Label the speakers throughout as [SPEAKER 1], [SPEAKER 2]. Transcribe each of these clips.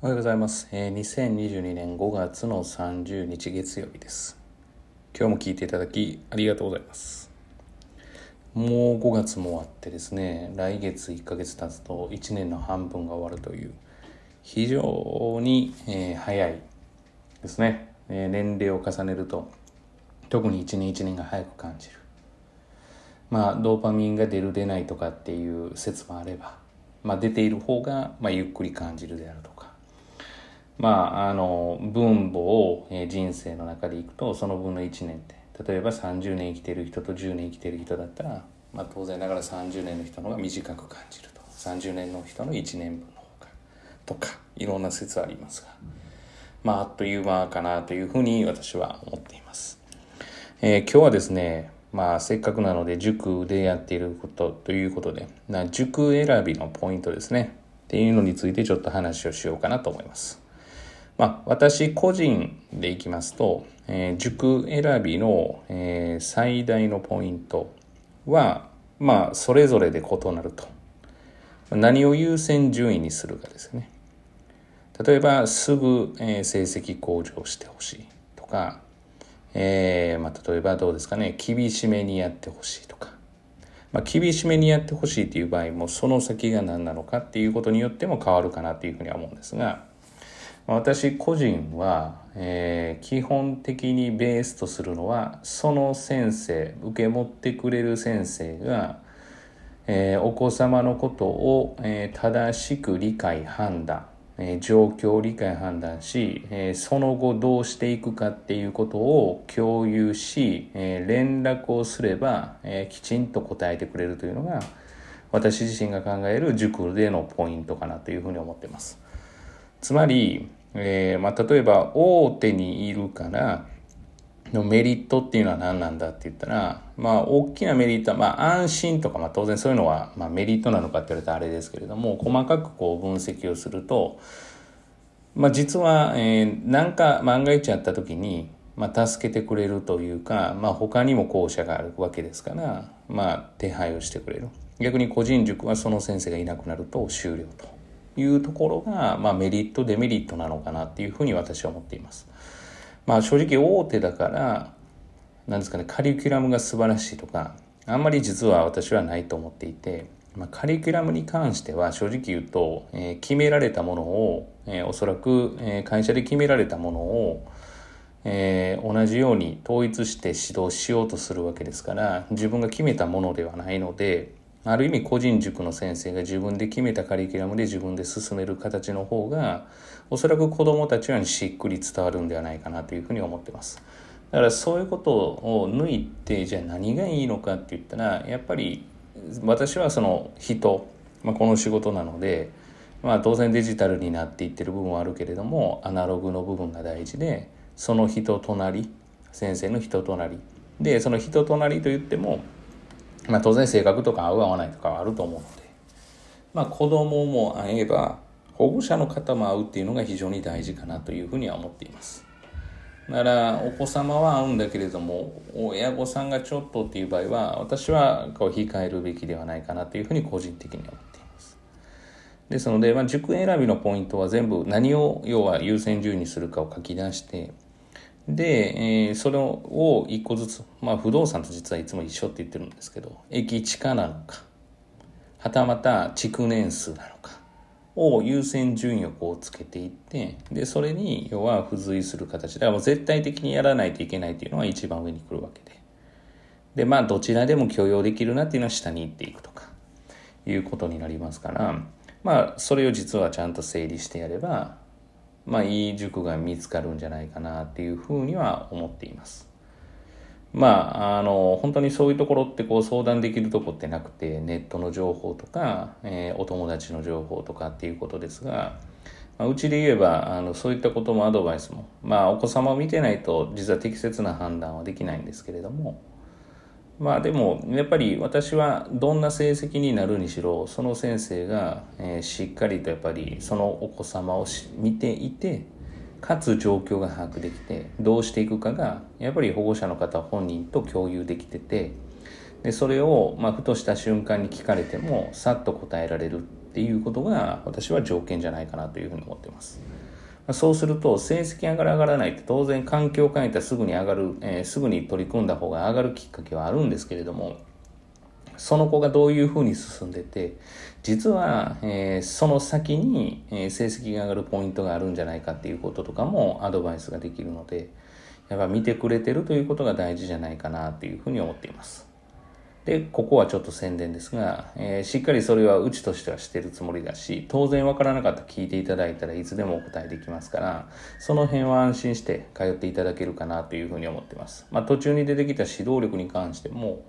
[SPEAKER 1] おはようございます。2022年5月の30日月曜日です。今日も聞いていただきありがとうございます。もう5月も終わってですね、来月1ヶ月経つと1年の半分が終わるという非常に、早いですね。年齢を重ねると特に1年1年が早く感じる。ドーパミンが出る出ないとかっていう説もあれば、出ている方がゆっくり感じるであるとか、分母を人生の中でいくとその分の1年って例えば30年生きてる人と10年生きてる人だったら、当然ながら30年の人の方が短く感じると、30年の人の1年分の方がとかいろんな説ありますが、あっという間かなというふうに私は思っています。今日はですね、せっかくなので塾でやっていることということで、塾選びのポイントですねっていうのについてちょっと話をしようかなと思います。私個人でいきますと、塾選びの、最大のポイントは、それぞれで異なると。何を優先順位にするかですね。例えば、すぐ、成績向上してほしいとか、例えばどうですかね、厳しめにやってほしいとか。厳しめにやってほしいという場合も、その先が何なのかっていうことによっても変わるかなというふうには思うんですが、私個人は、基本的にベースとするのはその先生、受け持ってくれる先生が、お子様のことを、正しく理解判断、状況を理解判断し、その後どうしていくかっていうことを共有し、連絡をすれば、きちんと答えてくれるというのが私自身が考える塾でのポイントかなというふうに思っています。つまり、例えば大手にいるからのメリットっていうのは何なんだって言ったら、大きなメリットは、安心とか、当然そういうのは、メリットなのかって言われたらあれですけれども、細かくこう分析をすると、実は、なんか万が一あった時に、助けてくれるというか、他にも校舎があるわけですから、手配をしてくれる。逆に個人塾はその先生がいなくなると終了というところが、メリットデメリットなのかなっていうふうに私は思っています。正直大手だからなんですかね、カリキュラムが素晴らしいとかあんまり実は私はないと思っていて、カリキュラムに関しては正直言うと、決められたものを、おそらく、会社で決められたものを、同じように統一して指導しようとするわけですから、自分が決めたものではないので、ある意味個人塾の先生が自分で決めたカリキュラムで自分で進める形の方がおそらく子どもたちはしっくり伝わるんではないかなというふうに思ってます。だからそういうことを抜いて、じゃあ何がいいのかって言ったら、やっぱり私はその人、この仕事なので、当然デジタルになっていってる部分はあるけれども、アナログの部分が大事で、その人となり、先生の人となりで、その人となりと言っても当然性格とか合う合わないとかはあると思うので、子供も会えば保護者の方も会うっていうのが非常に大事かなというふうには思っています。だからお子様は会うんだけれども、親御さんがちょっとっていう場合は私は控えるべきではないかなというふうに個人的に思っています。ですので、塾選びのポイントは全部何を要は優先順位にするかを書き出して、で、それを一個ずつ、不動産と実はいつも一緒って言ってるんですけど、駅地価なのか、はたまた築年数なのかを優先順位をこうつけていって、で、それに要は付随する形で、絶対的にやらないといけないっていうのは一番上に来るわけで。で、どちらでも許容できるなっていうのは下に行っていくとか、いうことになりますから、それを実はちゃんと整理してやれば、いい塾が見つかるんじゃないかなっていうふうには思っています。本当にそういうところってこう相談できるとこってなくて、ネットの情報とか、お友達の情報とかっていうことですが、うちで言えばそういったこともアドバイスも、お子様を見てないと実は適切な判断はできないんですけれども、でもやっぱり私はどんな成績になるにしろ、その先生が、しっかりとやっぱりそのお子様を見ていて、かつ状況が把握できてどうしていくかがやっぱり保護者の方本人と共有できてて、でそれをふとした瞬間に聞かれてもさっと答えられるっていうことが私は条件じゃないかなというふうに思っています。そうすると成績上がらないって当然環境を変えたらすぐに上がる、すぐに取り組んだ方が上がるきっかけはあるんですけれども、その子がどういうふうに進んでて、実は、その先に、成績が上がるポイントがあるんじゃないかっていうこととかもアドバイスができるので、やっぱ見てくれてるということが大事じゃないかなというふうに思っています。で、ここはちょっと宣伝ですが、しっかりそれはうちとしてはしてるつもりだし、当然わからなかったら聞いていただいたらいつでもお答えできますから、その辺は安心して通っていただけるかなというふうに思っています。途中に出てきた指導力に関しても、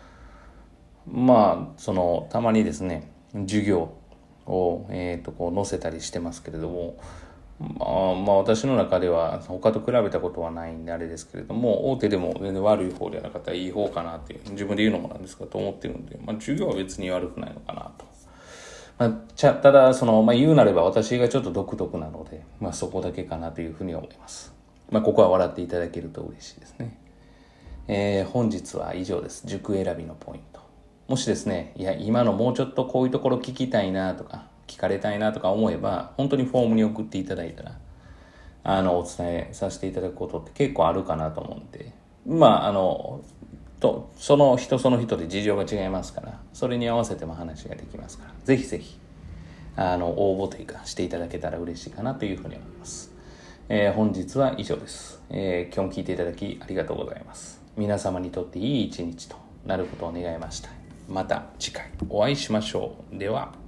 [SPEAKER 1] たまにですね、授業を、こう載せたりしてますけれども、私の中では他と比べたことはないんであれですけれども、大手でも全然悪い方ではなかったらいい方かなっていう、自分で言うのもなんですがと思ってるんで、授業は別に悪くないのかなと。ただ言うなれば私がちょっと独特なので、そこだけかなというふうに思います。ここは笑っていただけると嬉しいですね。本日は以上です。塾選びのポイント。もしですね、いや今のもうちょっとこういうところ聞きたいなとか聞かれたいなとか思えば、本当にフォームに送っていただいたらお伝えさせていただくことって結構あるかなと思うんで、その人その人で事情が違いますから、それに合わせても話ができますから、ぜひぜひ応募というかしていただけたら嬉しいかなというふうに思います。本日は以上です。今日も聞いていただきありがとうございます。皆様にとっていい一日となることを願いました。また次回お会いしましょう。では。